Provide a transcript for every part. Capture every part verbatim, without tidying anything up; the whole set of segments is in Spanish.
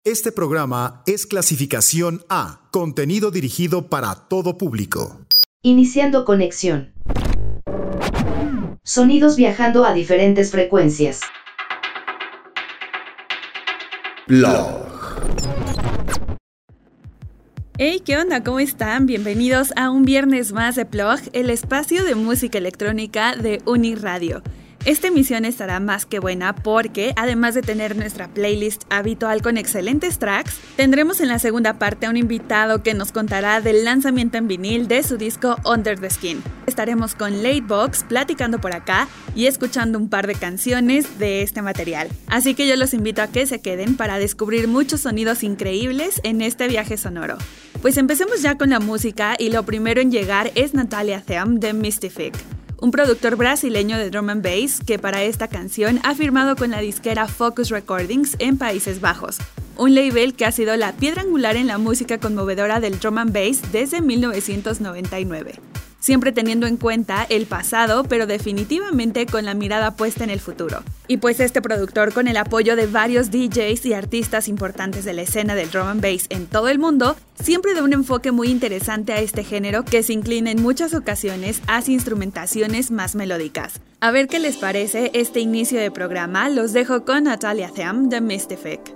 Este programa es clasificación A, contenido dirigido para todo público. Iniciando conexión. Sonidos viajando a diferentes frecuencias. Blog. Hey, ¿qué onda? ¿Cómo están? Bienvenidos a un viernes más de Plug, el espacio de música electrónica de Uniradio. Esta emisión estará más que buena porque, además de tener nuestra playlist habitual con excelentes tracks, tendremos en la segunda parte a un invitado que nos contará del lanzamiento en vinil de su disco Under the Skin. Estaremos con Latebox platicando por acá y escuchando un par de canciones de este material. Así que yo los invito a que se queden para descubrir muchos sonidos increíbles en este viaje sonoro. Pues empecemos ya con la música y lo primero en llegar es Natalia Theam de Mystific, un productor brasileño de drum and bass que para esta canción ha firmado con la disquera Focus Recordings en Países Bajos, un label que ha sido la piedra angular en la música conmovedora del drum and bass desde mil novecientos noventa y nueve. Siempre teniendo en cuenta el pasado, pero definitivamente con la mirada puesta en el futuro. Y pues este productor, con el apoyo de varios D Js y artistas importantes de la escena del drum and bass en todo el mundo, siempre da un enfoque muy interesante a este género que se inclina en muchas ocasiones hacia instrumentaciones más melódicas. A ver qué les parece este inicio de programa, los dejo con Natalia Theam de Mystific.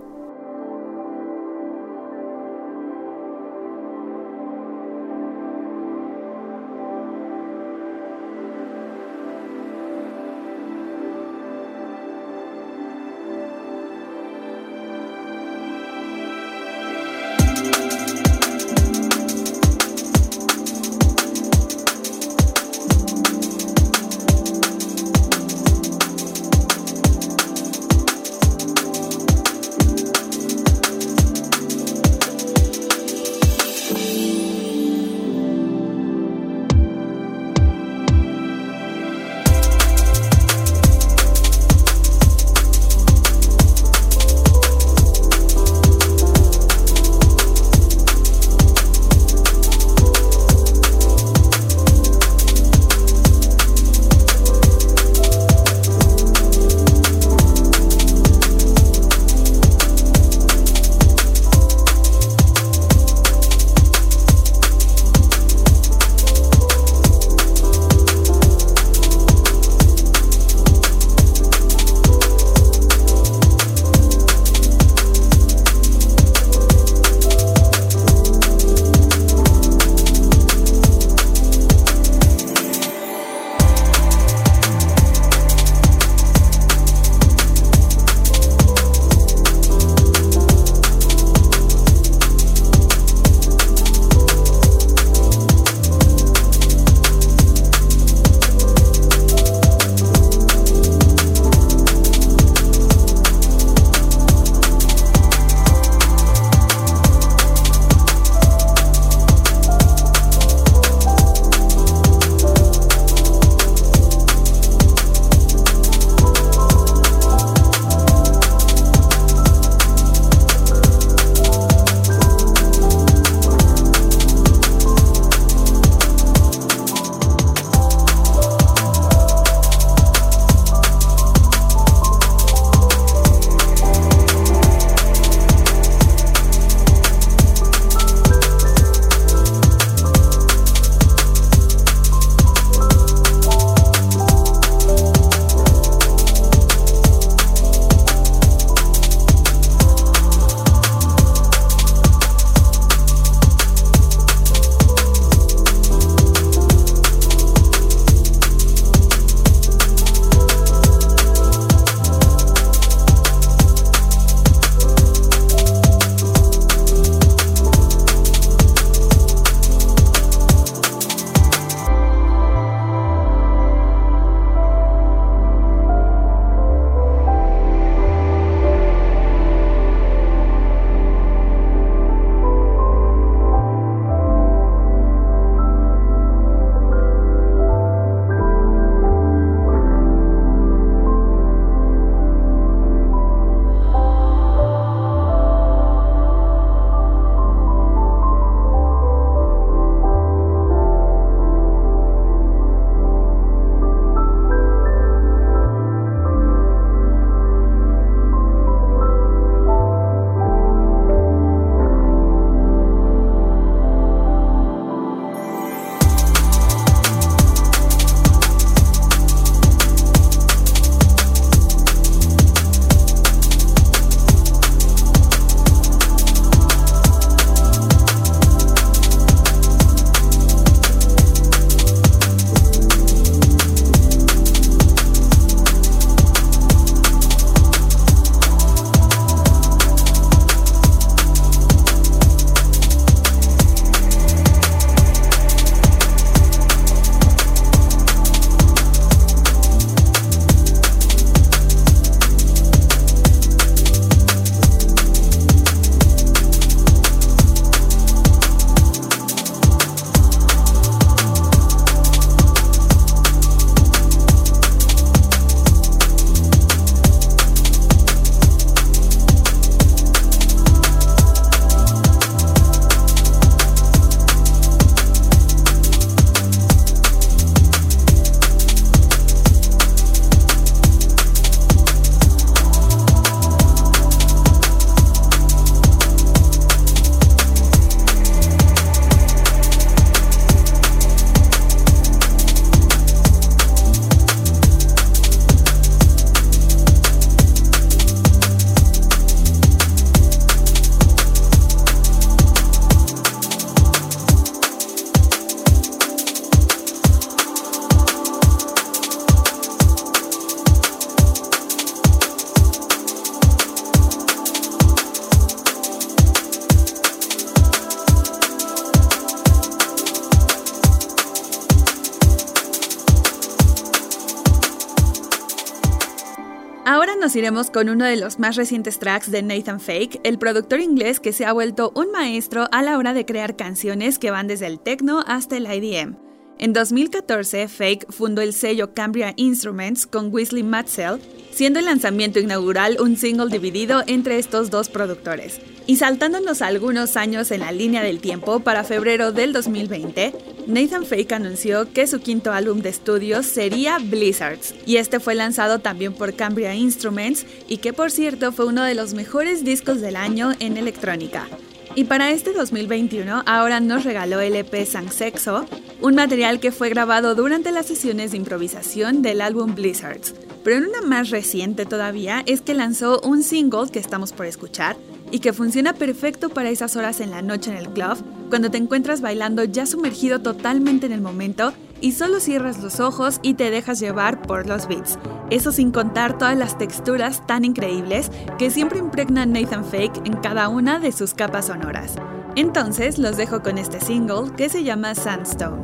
nos iremos con uno de los más recientes tracks de Nathan Fake, el productor inglés que se ha vuelto un maestro a la hora de crear canciones que van desde el techno hasta el I D M. En dos mil catorce, Fake fundó el sello Cambria Instruments con Wesley Matsell, siendo el lanzamiento inaugural un single dividido entre estos dos productores. Y saltándonos algunos años en la línea del tiempo, para febrero del dos mil veinte, Nathan Fake anunció que su quinto álbum de estudio sería Blizzards, y este fue lanzado también por Cambria Instruments, y que por cierto fue uno de los mejores discos del año en electrónica. Y para este dos mil veintiuno, ahora nos regaló el E P San Sexo, un material que fue grabado durante las sesiones de improvisación del álbum Blizzards. Pero en una más reciente todavía es que lanzó un single que estamos por escuchar y que funciona perfecto para esas horas en la noche en el club, cuando te encuentras bailando ya sumergido totalmente en el momento y solo cierras los ojos y te dejas llevar por los beats. Eso sin contar todas las texturas tan increíbles que siempre impregna Nathan Fake en cada una de sus capas sonoras. Entonces los dejo con este single que se llama Sandstone.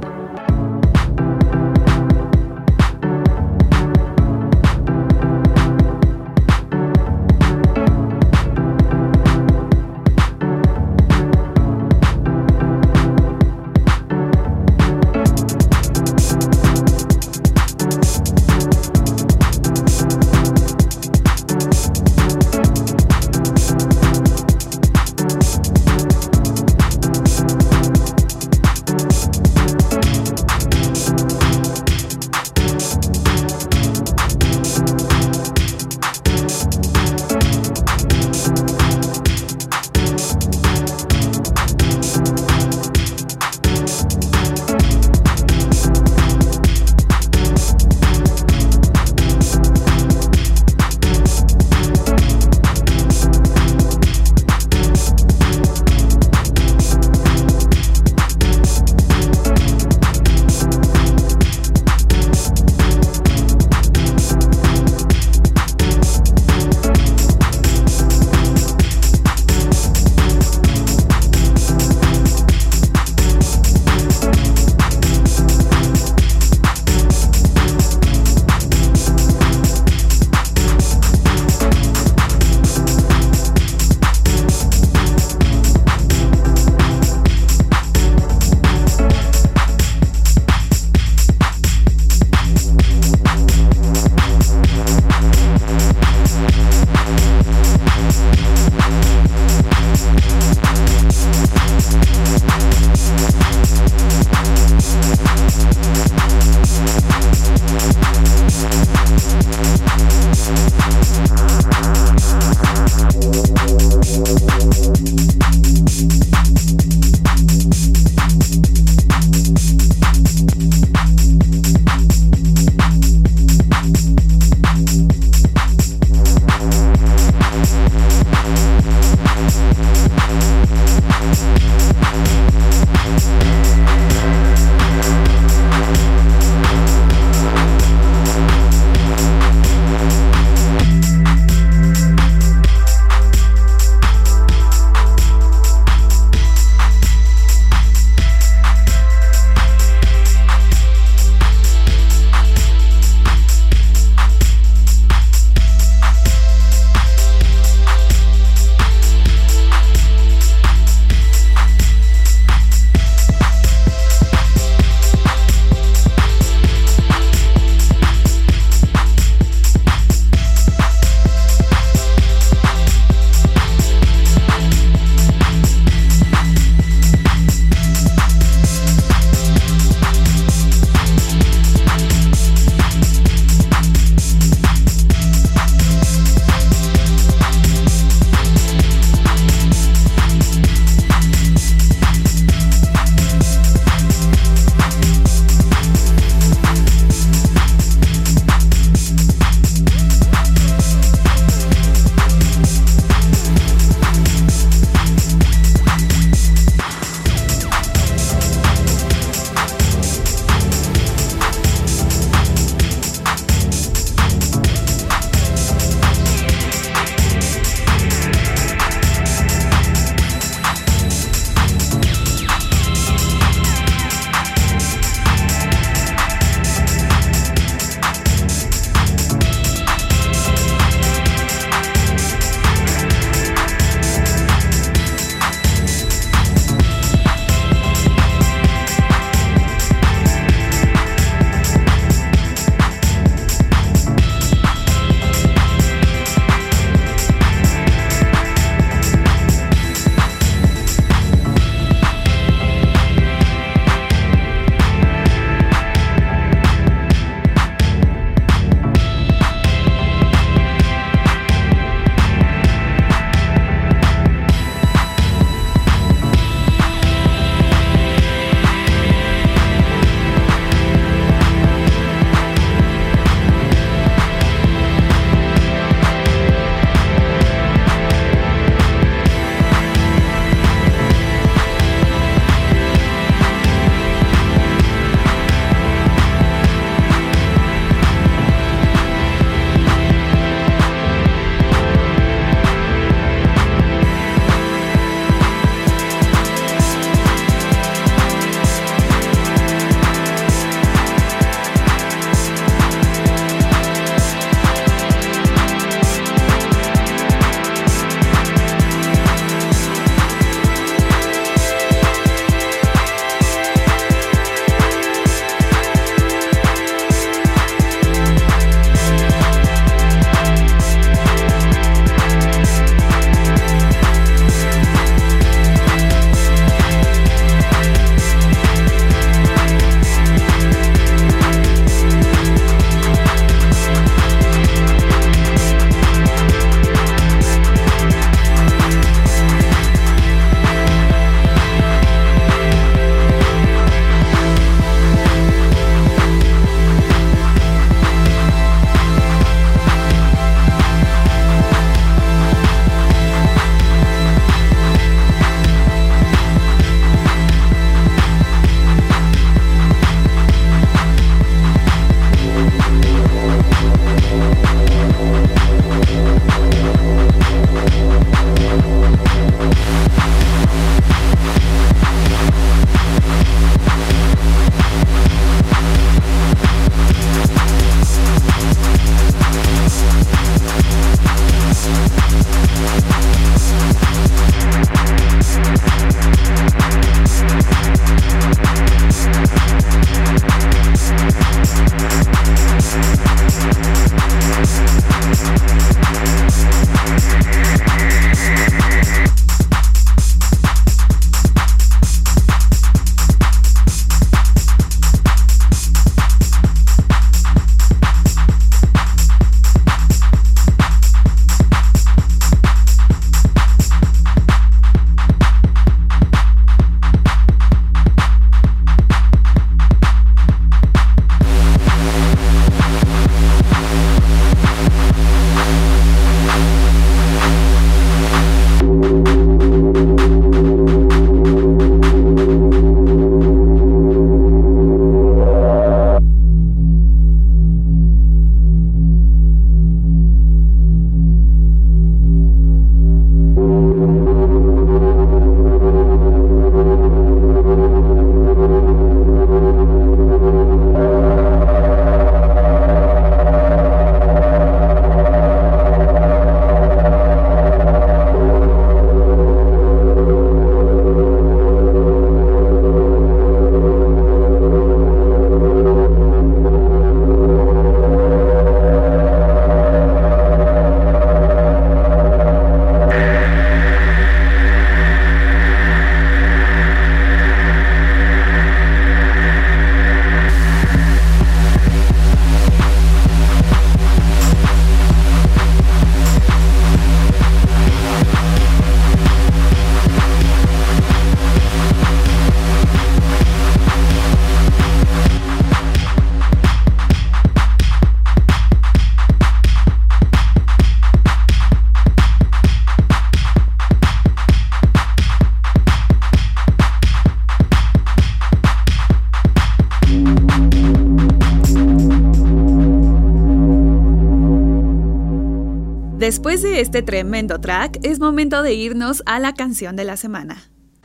Después de este tremendo track, es momento de irnos a la canción de la semana.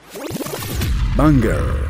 Banger.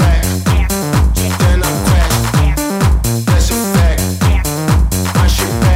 Shit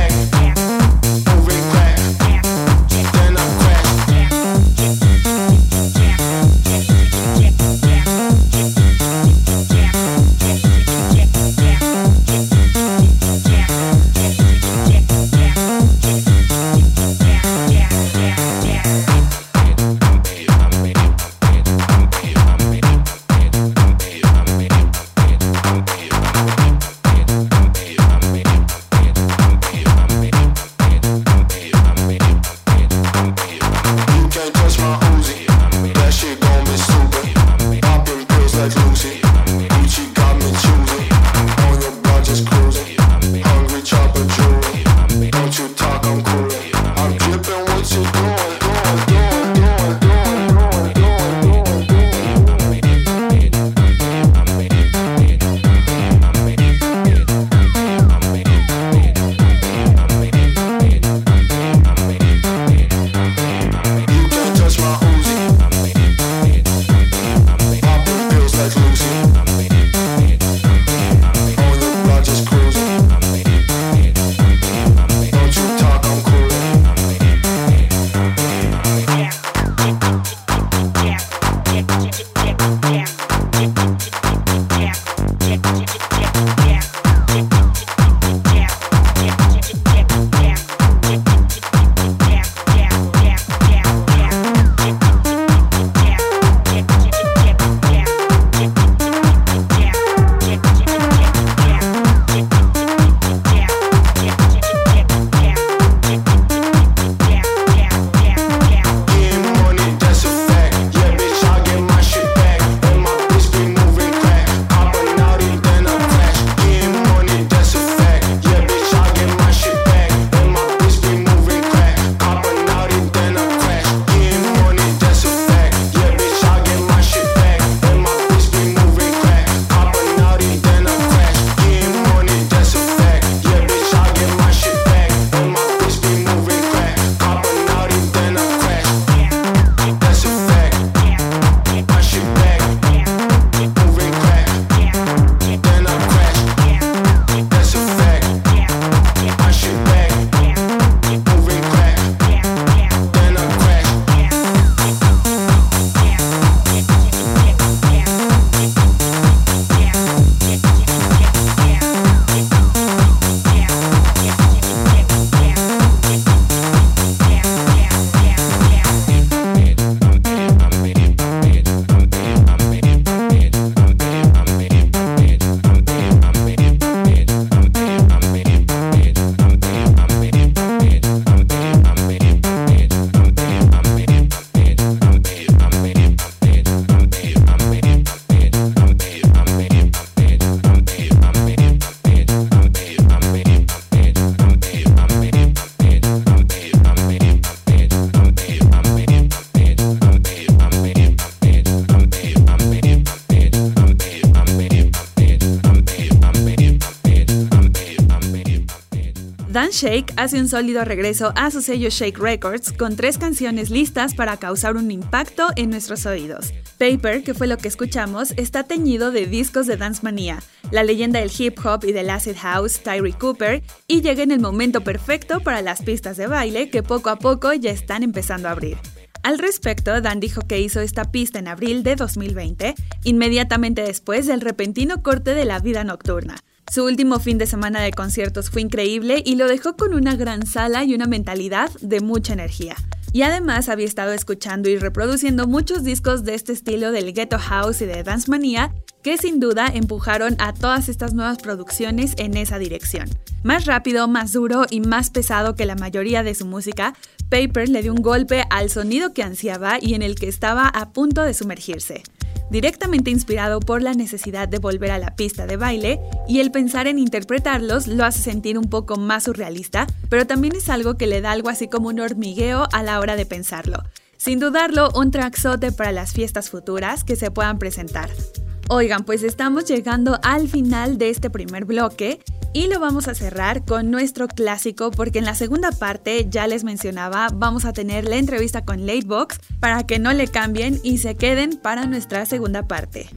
Dan Shake hace un sólido regreso a su sello Shake Records con tres canciones listas para causar un impacto en nuestros oídos. Paper, que fue lo que escuchamos, está teñido de discos de Dance Mania, la leyenda del hip hop y del acid house Tyree Cooper, y llega en el momento perfecto para las pistas de baile que poco a poco ya están empezando a abrir. Al respecto, Dan dijo que hizo esta pista en abril de dos mil veinte, inmediatamente después del repentino corte de la vida nocturna. Su último fin de semana de conciertos fue increíble y lo dejó con una gran sala y una mentalidad de mucha energía. Y además había estado escuchando y reproduciendo muchos discos de este estilo del Ghetto House y de Dance Mania, que sin duda empujaron a todas estas nuevas producciones en esa dirección. Más rápido, más duro y más pesado que la mayoría de su música, Paper le dio un golpe al sonido que ansiaba y en el que estaba a punto de sumergirse. Directamente inspirado por la necesidad de volver a la pista de baile, y el pensar en interpretarlos lo hace sentir un poco más surrealista, pero también es algo que le da algo así como un hormigueo a la hora de pensarlo. Sin dudarlo, un trackzote para las fiestas futuras que se puedan presentar. Oigan, pues estamos llegando al final de este primer bloque y lo vamos a cerrar con nuestro clásico porque en la segunda parte, ya les mencionaba, vamos a tener la entrevista con Latebox para que no le cambien y se queden para nuestra segunda parte.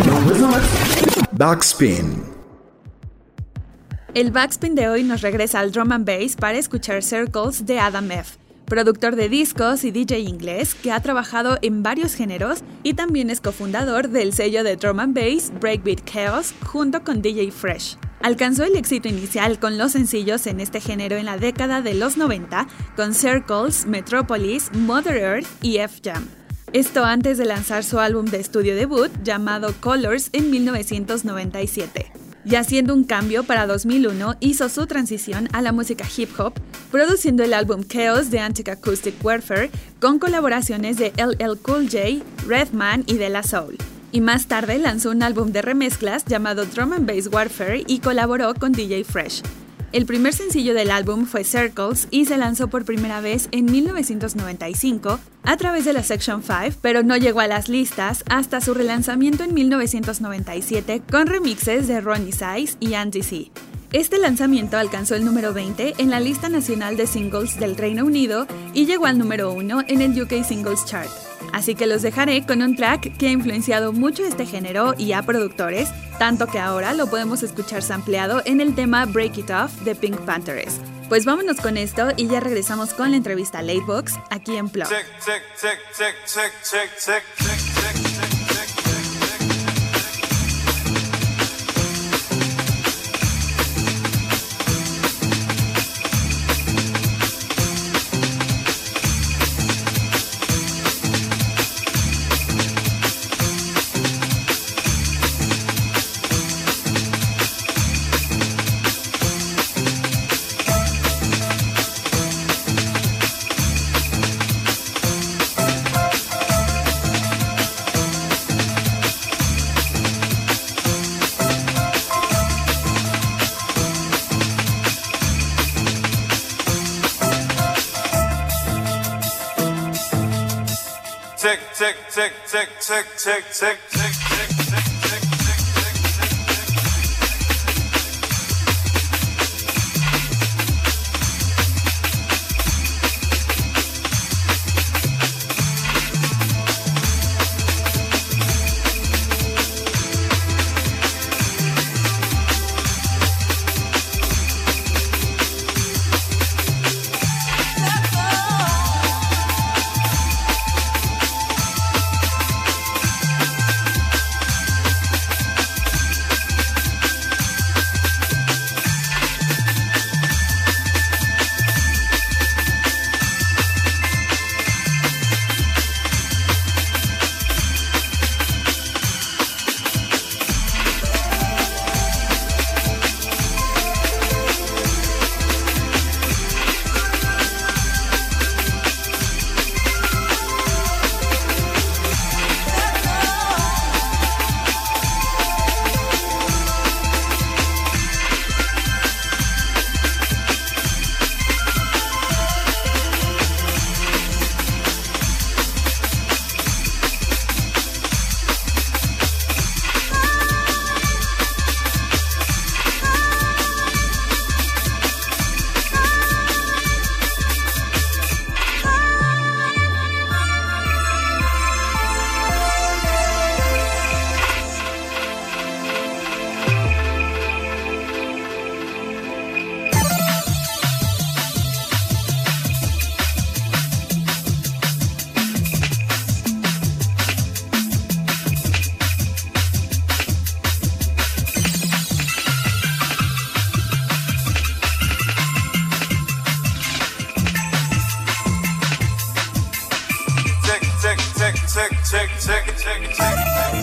Backspin. El Backspin de hoy nos regresa al drum and bass para escuchar Circles de Adam F., productor de discos y D J inglés que ha trabajado en varios géneros y también es cofundador del sello de drum and bass Breakbeat Chaos junto con D J Fresh. Alcanzó el éxito inicial con los sencillos en este género en la década de los noventa con Circles, Metropolis, Mother Earth y F-Jam. Esto antes de lanzar su álbum de estudio debut llamado Colors en mil novecientos noventa y siete. Y haciendo un cambio para dos mil uno, hizo su transición a la música hip hop, produciendo el álbum Chaos de Anti-Acoustic Warfare con colaboraciones de L L Cool J, Redman y De La Soul. Y más tarde lanzó un álbum de remezclas llamado Drum and Bass Warfare y colaboró con D J Fresh. El primer sencillo del álbum fue Circles y se lanzó por primera vez en mil novecientos noventa y cinco a través de la Section cinco, pero no llegó a las listas hasta su relanzamiento en mil novecientos noventa y siete con remixes de Ronnie Size y Andy C. Este lanzamiento alcanzó el número veinte en la lista nacional de singles del Reino Unido y llegó al número uno en el U K Singles Chart. Así que los dejaré con un track que ha influenciado mucho este género y a productores, tanto que ahora lo podemos escuchar sampleado en el tema Break It Off de Pink Panthers. Pues vámonos con esto y ya regresamos con la entrevista a Latebox aquí en Plug. tick, tick, tick, tick, tick, tick, tick, tick, tick, tick, tick. tick, tick, tick, tick, tick.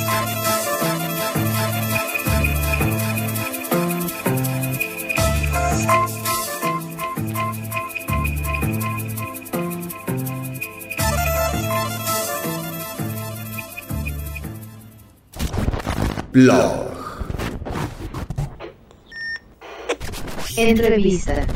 Blog. Entrevista.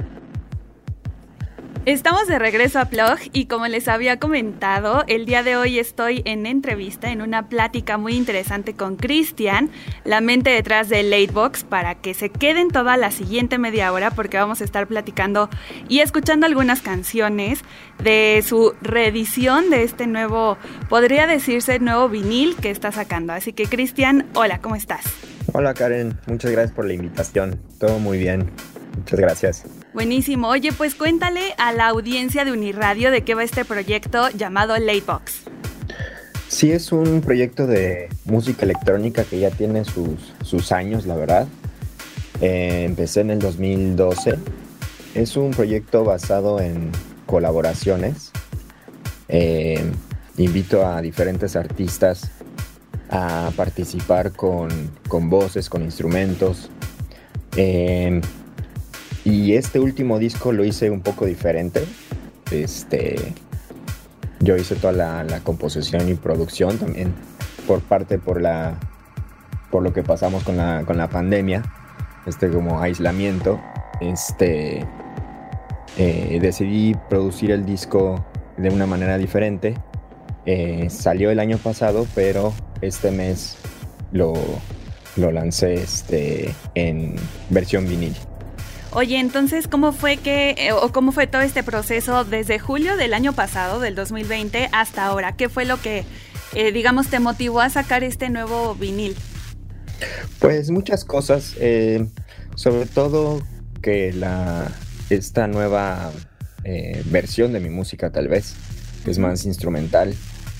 Estamos de regreso a Plog y como les había comentado, el día de hoy estoy en entrevista, en una plática muy interesante con Cristian, la mente detrás de Lightbox, para que se queden toda la siguiente media hora porque vamos a estar platicando y escuchando algunas canciones de su reedición de este nuevo, podría decirse, nuevo vinil que está sacando. Así que Cristian, hola, ¿cómo estás? Hola Karen, muchas gracias por la invitación, todo muy bien, muchas gracias. Buenísimo. Oye, pues cuéntale a la audiencia de Uniradio de qué va este proyecto llamado Lightbox. Sí, es un proyecto de música electrónica que ya tiene sus, sus años, la verdad. Eh, empecé en el dos mil doce. Es un proyecto basado en colaboraciones. Eh, invito a diferentes artistas a participar con, con voces, con instrumentos. Eh, Y este último disco lo hice un poco diferente. Este, yo hice toda la, la composición y producción también por parte por la por lo que pasamos con la con la pandemia, este como aislamiento. Este eh, decidí producir el disco de una manera diferente. Eh, salió el año pasado, pero este mes lo lo lancé este en versión vinil. Oye, entonces, ¿cómo fue que, eh, o cómo fue todo este proceso desde julio del año pasado, del dos mil veinte, hasta ahora? ¿Qué fue lo que, eh, digamos, te motivó a sacar este nuevo vinil? Pues muchas cosas, eh, sobre todo que la, esta nueva eh, versión de mi música tal vez, que es más instrumental,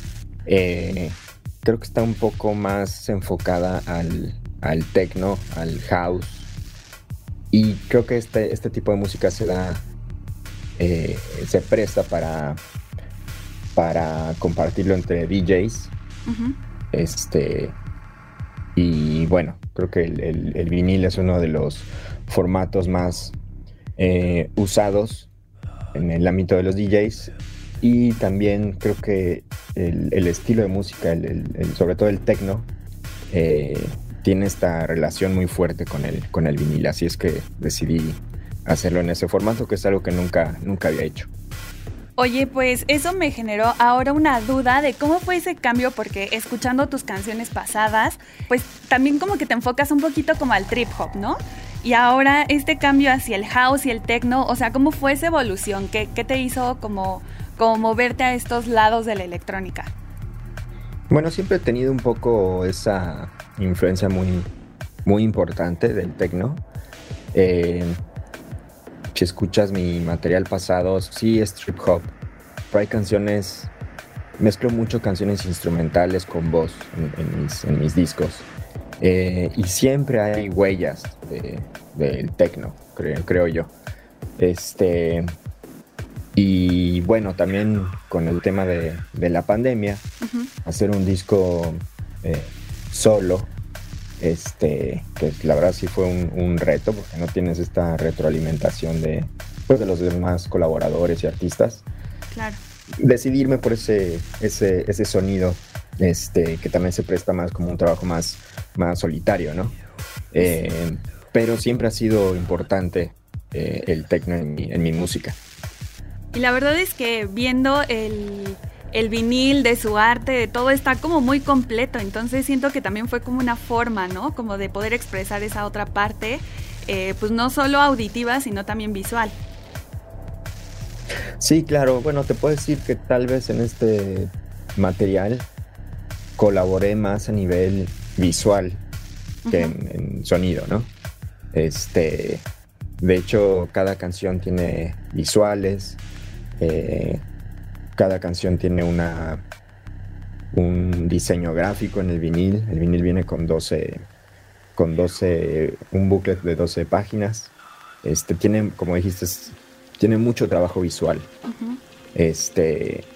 eh, creo que está un poco más enfocada al, al techno, al house. Y creo que este, este tipo de música se da, eh, se presta para, para compartirlo entre D Js. Uh-huh. Este, y bueno, creo que el, el, el vinil es uno de los formatos más eh, usados en el ámbito de los D Js. Y también creo que el, el estilo de música, el, el, el, sobre todo el techno, eh, tiene esta relación muy fuerte con el, con el vinil, así es que decidí hacerlo en ese formato, que es algo que nunca, nunca había hecho. Oye, pues eso me generó ahora una duda de cómo fue ese cambio, porque escuchando tus canciones pasadas, pues también como que te enfocas un poquito como al trip hop, ¿no? Y ahora este cambio hacia el house y el techno, o sea, ¿cómo fue esa evolución? ¿Qué, qué te hizo como, como moverte a estos lados de la electrónica? Bueno, siempre he tenido un poco esa influencia muy, muy importante del techno. Eh, si escuchas mi material pasado, sí es trip hop, pero hay canciones, mezclo mucho canciones instrumentales con voz en, en, mis, en mis discos. Eh, y siempre hay huellas de, del techno, creo, creo yo. Este... Y bueno, también con el tema de, de la pandemia, uh-huh. hacer un disco eh, solo, este, que la verdad sí fue un, un reto, porque no tienes esta retroalimentación de, pues, de los demás colaboradores y artistas. Claro. Decidirme por ese, ese, ese sonido, este, que también se presta más como un trabajo más, más solitario, ¿no? Eh, pero siempre ha sido importante eh, el techno en mi, en mi música. Y la verdad es que viendo el, el vinil de su arte, de todo, está como muy completo. Entonces siento que también fue como una forma, ¿no? Como de poder expresar esa otra parte, eh, pues no solo auditiva, sino también visual. Sí, claro. Bueno, te puedo decir que tal vez en este material colaboré más a nivel visual que uh-huh. en, en sonido, ¿no? Este, de hecho, cada canción tiene visuales. Eh, cada canción tiene una un diseño gráfico en el vinil. El vinil viene con doce, con doce, un booklet de doce páginas. Este, tiene, como dijiste, tiene mucho trabajo visual. Uh-huh. Este,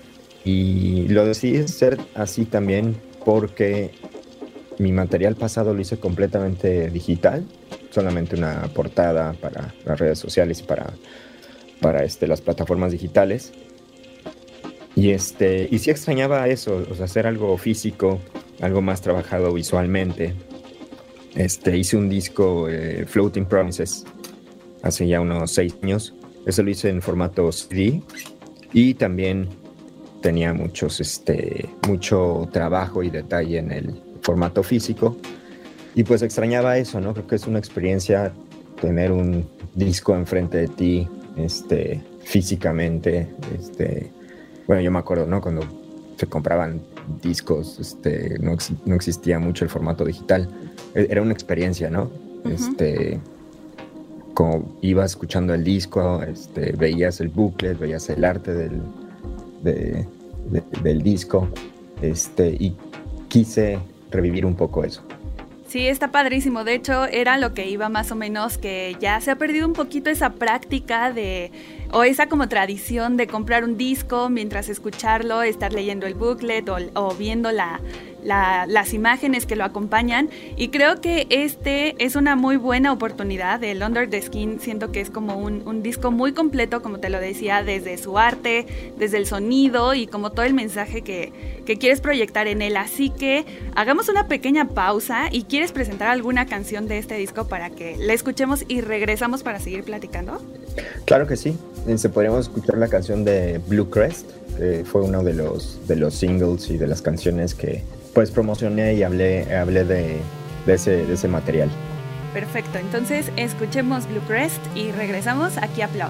Y lo decidí hacer así también porque mi material pasado lo hice completamente digital, solamente una portada para las redes sociales y para, para este, las plataformas digitales. Y, este, y sí extrañaba eso, o sea, hacer algo físico, algo más trabajado visualmente. Este, hice un disco, eh, Floating Promises, hace ya unos seis años. Eso lo hice en formato C D y también tenía muchos, este, mucho trabajo y detalle en el formato físico. Y pues extrañaba eso, ¿no? Creo que es una experiencia tener un disco enfrente de ti, este, físicamente. Este, bueno, yo me acuerdo, ¿no? Cuando se compraban discos, este, no, ex- no existía mucho el formato digital. Era una experiencia, ¿no? Uh-huh. Este, como ibas escuchando el disco, este, veías el booklet, veías el arte del, de, de, del disco, este, y quise revivir un poco eso. Sí, está padrísimo. De hecho, era lo que iba más o menos, que ya se ha perdido un poquito esa práctica de, o esa como tradición de comprar un disco mientras escucharlo, estar leyendo el booklet o, o viendo la, la, las imágenes que lo acompañan. Y creo que este es una muy buena oportunidad. El Under the Skin siento que es como un, un disco muy completo, como te lo decía, desde su arte, desde el sonido y como todo el mensaje que, que quieres proyectar en él. Así que hagamos una pequeña pausa y quiero ¿Quieres presentar alguna canción de este disco para que la escuchemos y regresamos para seguir platicando? Claro que sí. Se podríamos escuchar la canción de Blue Crest, que fue uno de los, de los singles y de las canciones que pues promocioné y hablé, hablé de, de, ese, de ese material. Perfecto. Entonces escuchemos Blue Crest y regresamos aquí a Plug.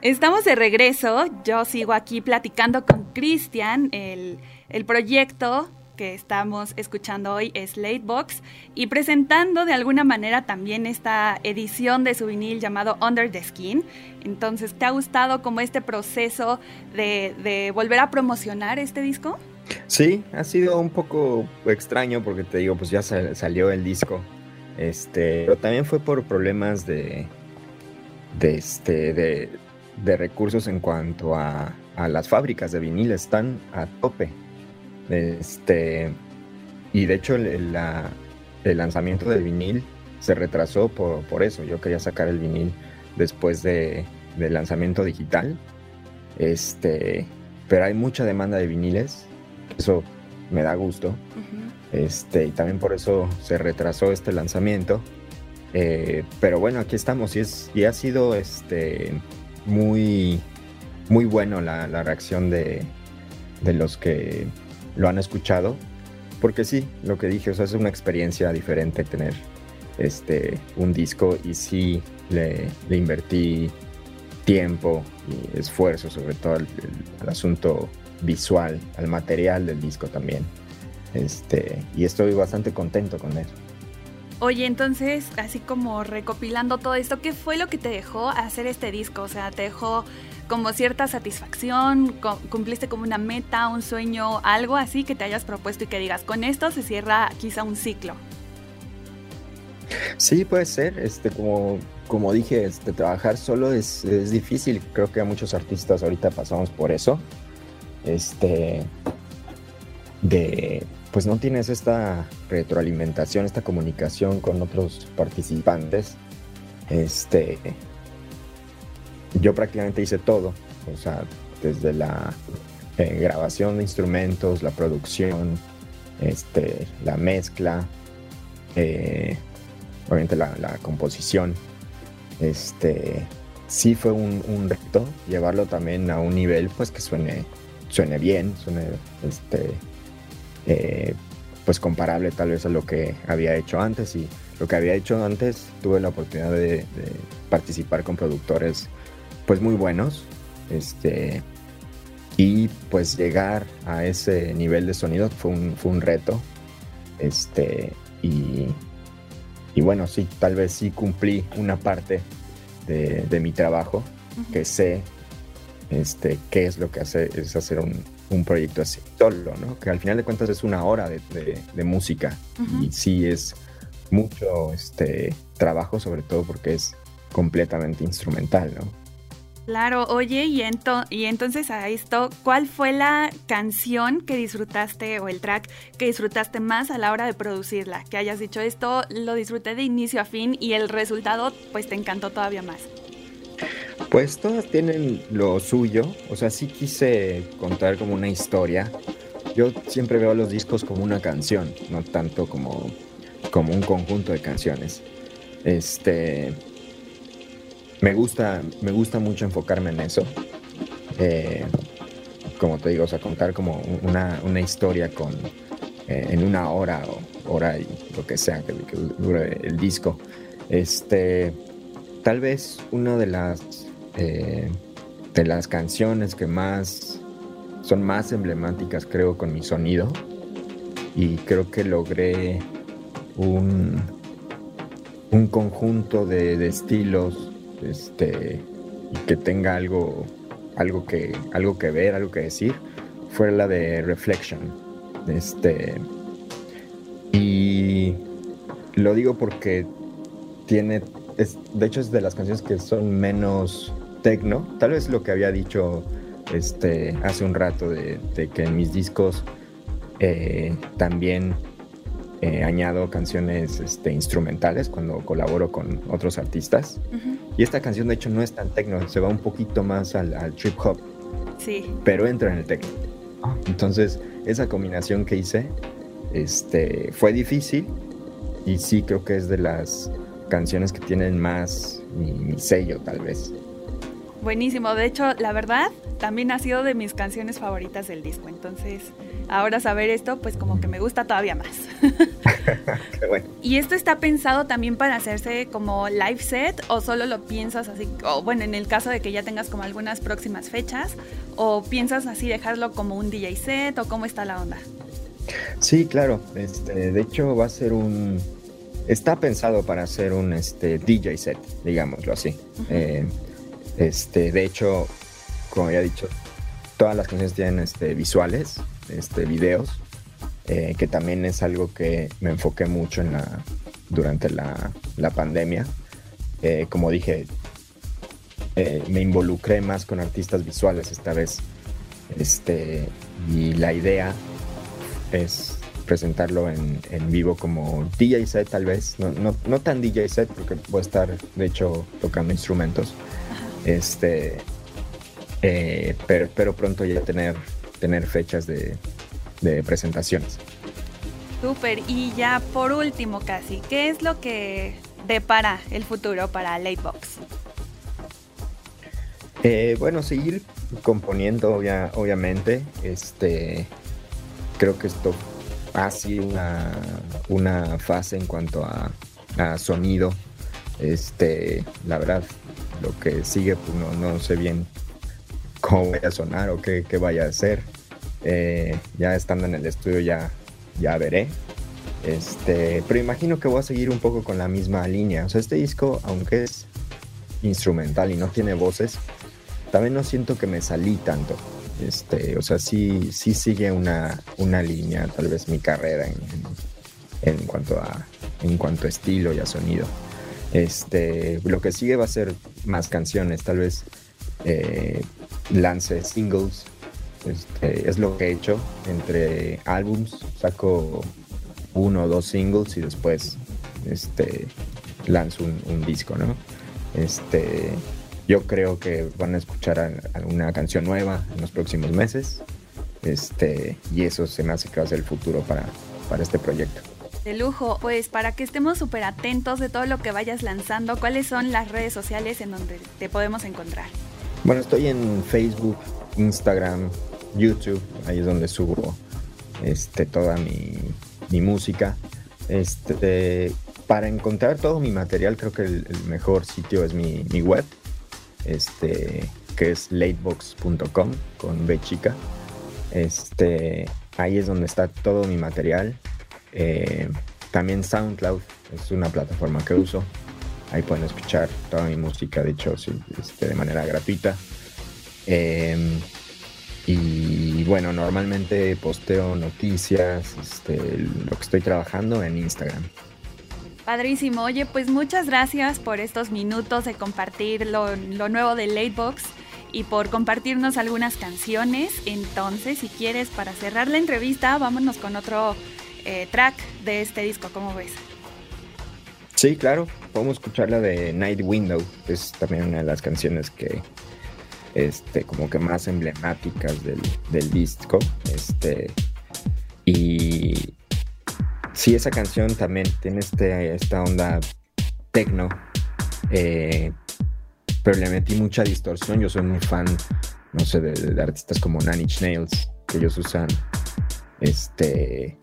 Estamos de regreso, yo sigo aquí platicando con Cristian, el, el proyecto que estamos escuchando hoy es Latebox y presentando de alguna manera también esta edición de su vinil llamado Under the Skin. Entonces, ¿te ha gustado como este proceso de, de volver a promocionar este disco? Sí, ha sido un poco extraño porque te digo, pues ya sal, salió el disco, este, pero también fue por problemas de, de, este, de, de recursos en cuanto a, a las fábricas de vinil, están a tope. Este, y de hecho el, la, el lanzamiento del vinil se retrasó por, por eso. Yo quería sacar el vinil después de, del lanzamiento digital, este, pero hay mucha demanda de viniles, eso me da gusto. Uh-huh. Este, y también por eso se retrasó este lanzamiento, eh, pero bueno, aquí estamos y, es, y ha sido este, muy, muy bueno la, la reacción de, de los que lo han escuchado, porque sí, lo que dije, o sea, es una experiencia diferente tener este, un disco y sí le, le invertí tiempo y esfuerzo, sobre todo al, al asunto visual, al material del disco también, este, y estoy bastante contento con eso. Oye, entonces, así como recopilando todo esto, ¿qué fue lo que te dejó hacer este disco? O sea, ¿te dejó como cierta satisfacción? ¿Cumpliste como una meta, un sueño, algo así que te hayas propuesto y que digas, con esto se cierra quizá un ciclo? Sí, puede ser. Este, como, como dije, este, trabajar solo es, es difícil. Creo que a muchos artistas ahorita pasamos por eso. Este, de, pues no tienes esta retroalimentación, esta comunicación con otros participantes. Este... Yo prácticamente hice todo, o sea, desde la eh, grabación de instrumentos, la producción, este, la mezcla, eh, obviamente la, la composición. Este, sí fue un, un reto llevarlo también a un nivel, pues que suene, suene bien, suene, este, eh, pues comparable tal vez a lo que había hecho antes. Y lo que había hecho antes, tuve la oportunidad de, de participar con productores pues muy buenos, este, y pues llegar a ese nivel de sonido fue un, fue un reto, este, y, y bueno, sí, tal vez sí cumplí una parte de, de mi trabajo, uh-huh. que sé este, qué es lo que hace, es hacer un, un proyecto así solo, ¿no? Que al final de cuentas es una hora de, de, de música, uh-huh. y sí es mucho este, trabajo, sobre todo porque es completamente instrumental, ¿no? Claro, oye, y, ento- y entonces a esto, ¿cuál fue la canción que disfrutaste o el track que disfrutaste más a la hora de producirla? Que hayas dicho, esto lo disfruté de inicio a fin y el resultado pues te encantó todavía más. Pues todas tienen lo suyo, o sea, sí quise contar como una historia. Yo siempre veo los discos como una canción, no tanto como, como un conjunto de canciones. Este... Me gusta, me gusta mucho enfocarme en eso. Eh, como te digo, o sea, contar como una, una historia con, eh, en una hora o hora y lo que sea que, que dure el disco. Este, tal vez una de las, eh, de las canciones que más son más emblemáticas, creo, con mi sonido. Y creo que logré un, un conjunto de, de estilos, este, y que tenga algo, algo que, algo que ver, algo que decir, fue la de Reflection. Este, y lo digo porque tiene, es, de hecho es de las canciones que son menos techno, tal vez lo que había dicho este, hace un rato de, de que en mis discos eh, también Eh, añado canciones este, instrumentales cuando colaboro con otros artistas. Uh-huh. Y esta canción de hecho no es tan techno, se va un poquito más al, al trip hop, sí. pero entra en el techno. Entonces esa combinación que hice este, fue difícil y sí creo que es de las canciones que tienen más mi, mi sello tal vez. Buenísimo, de hecho la verdad también ha sido de mis canciones favoritas del disco, entonces ahora saber esto, pues como que me gusta todavía más. Qué bueno. ¿Y esto está pensado también para hacerse como live set o solo lo piensas así, o bueno, en el caso de que ya tengas como algunas próximas fechas, o piensas así dejarlo como un D J set, o cómo está la onda? Sí, claro. Este, de hecho, va a ser un... Está pensado para hacer un este, D J set, digámoslo así. Uh-huh. Eh, este, de hecho, como ya he dicho, todas las canciones tienen este, visuales, este, videos, eh, que también es algo que me enfoqué mucho en la, durante la, la pandemia. Eh, como dije, eh, me involucré más con artistas visuales esta vez. Este, y la idea es presentarlo en, en vivo como D J set tal vez, no, no, no tan D J set porque voy a estar de hecho tocando instrumentos. Ajá. este eh, pero, pero pronto ya tener, tener fechas de, de presentaciones. Súper, y ya por último casi, ¿qué es lo que depara el futuro para Latebox? Eh, bueno, seguir componiendo obvia, obviamente, este creo que esto ha sido una, una fase en cuanto a, a sonido. Este, la verdad, lo que sigue, pues no, no sé bien cómo vaya a sonar o qué, qué vaya a hacer. Eh, ya estando en el estudio ya, ya veré. Este, pero imagino que voy a seguir un poco con la misma línea. O sea, este disco, aunque es instrumental y no tiene voces, también no siento que me salí tanto. Este, o sea, sí, sí sigue una, una línea, tal vez mi carrera en, en, en cuanto a en cuanto a estilo y a sonido. Este, lo que sigue va a ser más canciones, tal vez eh, lance singles. Este, es lo que he hecho entre álbums, saco uno o dos singles y después este, lanzo un, un disco, ¿no? Este, yo creo que van a escuchar alguna canción nueva en los próximos meses, este, y eso se me hace que va a ser el futuro para, para este proyecto. De lujo. Pues para que estemos súper atentos de todo lo que vayas lanzando, ¿cuáles son las redes sociales en donde te podemos encontrar? Bueno, estoy en Facebook, Instagram, YouTube, ahí es donde subo este, toda mi, mi música. Este, para encontrar todo mi material, creo que el, el mejor sitio es mi, mi web, este, que es latebox punto com con B chica. Este, ahí es donde está todo mi material. Eh, también SoundCloud es una plataforma que uso. Ahí pueden escuchar toda mi música, de hecho, sí, este, de manera gratuita. Eh, y bueno, normalmente posteo noticias, este, lo que estoy trabajando en Instagram. Padrísimo. Oye, pues muchas gracias por estos minutos de compartir lo, lo nuevo de Latebox y por compartirnos algunas canciones. Entonces, si quieres, para cerrar la entrevista, vámonos con otro eh, track de este disco. ¿Cómo ves? Sí, claro. Podemos escuchar la de Night Window. Es también una de las canciones que, este, como que más emblemáticas del, del disco. Este, y sí, esa canción también tiene este, esta onda techno, eh, pero le metí mucha distorsión. Yo soy muy fan, no sé, de, de artistas como Nine Inch Nails, que ellos usan este,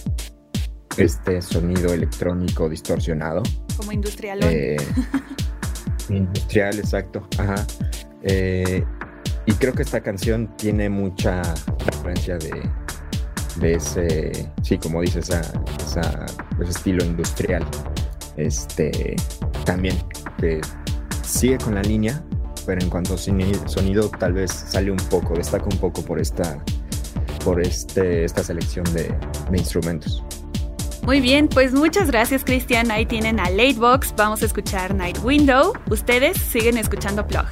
este sonido electrónico distorsionado. Como industrialón. Eh, industrial, exacto. Ajá. Eh, y creo que esta canción tiene mucha influencia de... de ese, sí, como dices, esa, esa, ese estilo industrial. Este, también que sigue con la línea, pero en cuanto a sonido, sonido tal vez sale un poco, destaca un poco por esta, por este, esta selección de, de instrumentos. Muy bien, pues muchas gracias, Cristian. Ahí tienen a Latebox. Vamos a escuchar Night Window. Ustedes siguen escuchando Plug.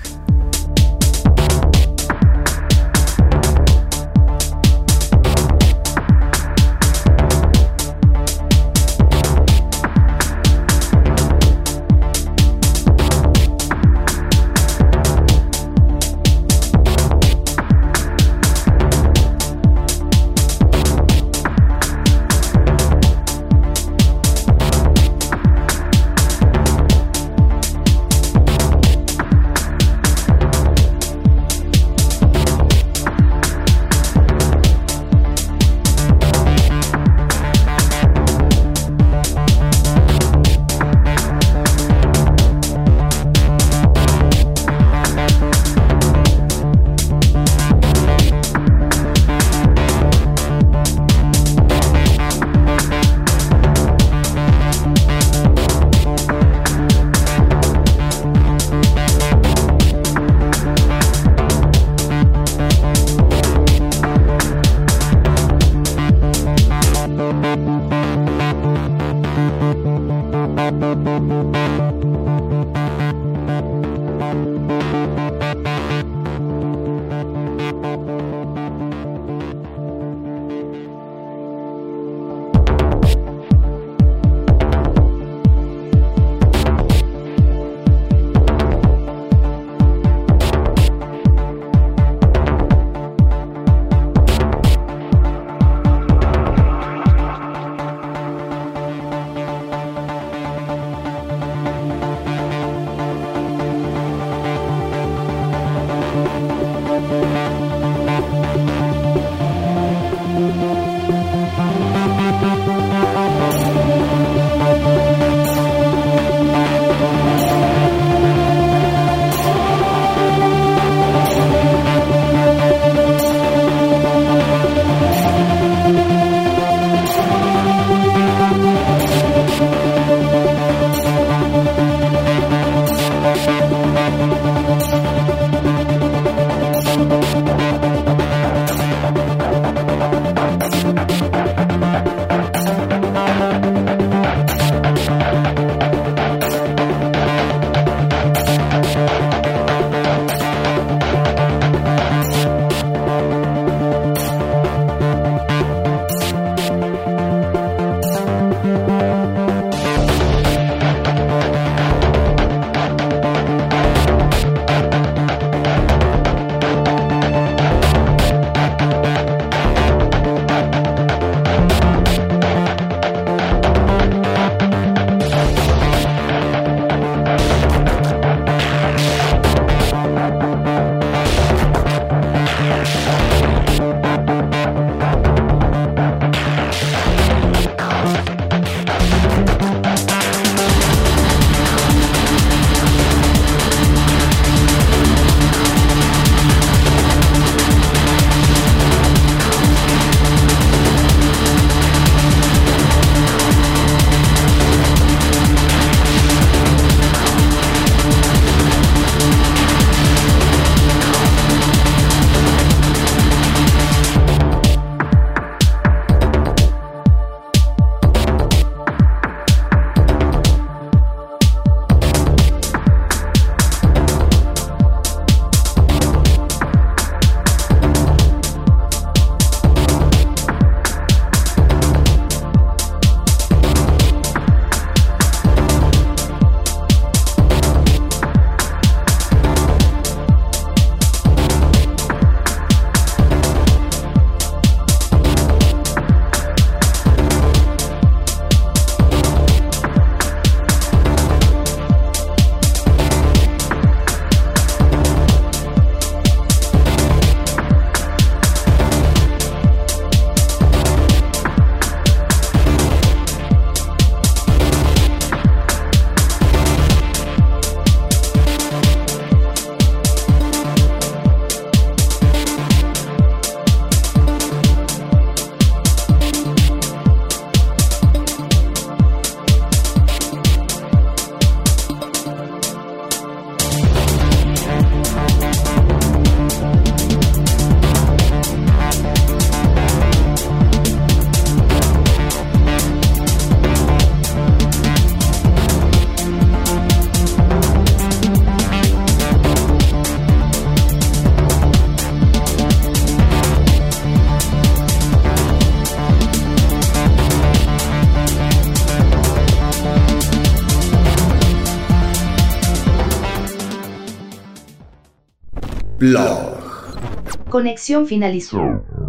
Plog. Conexión finalizó.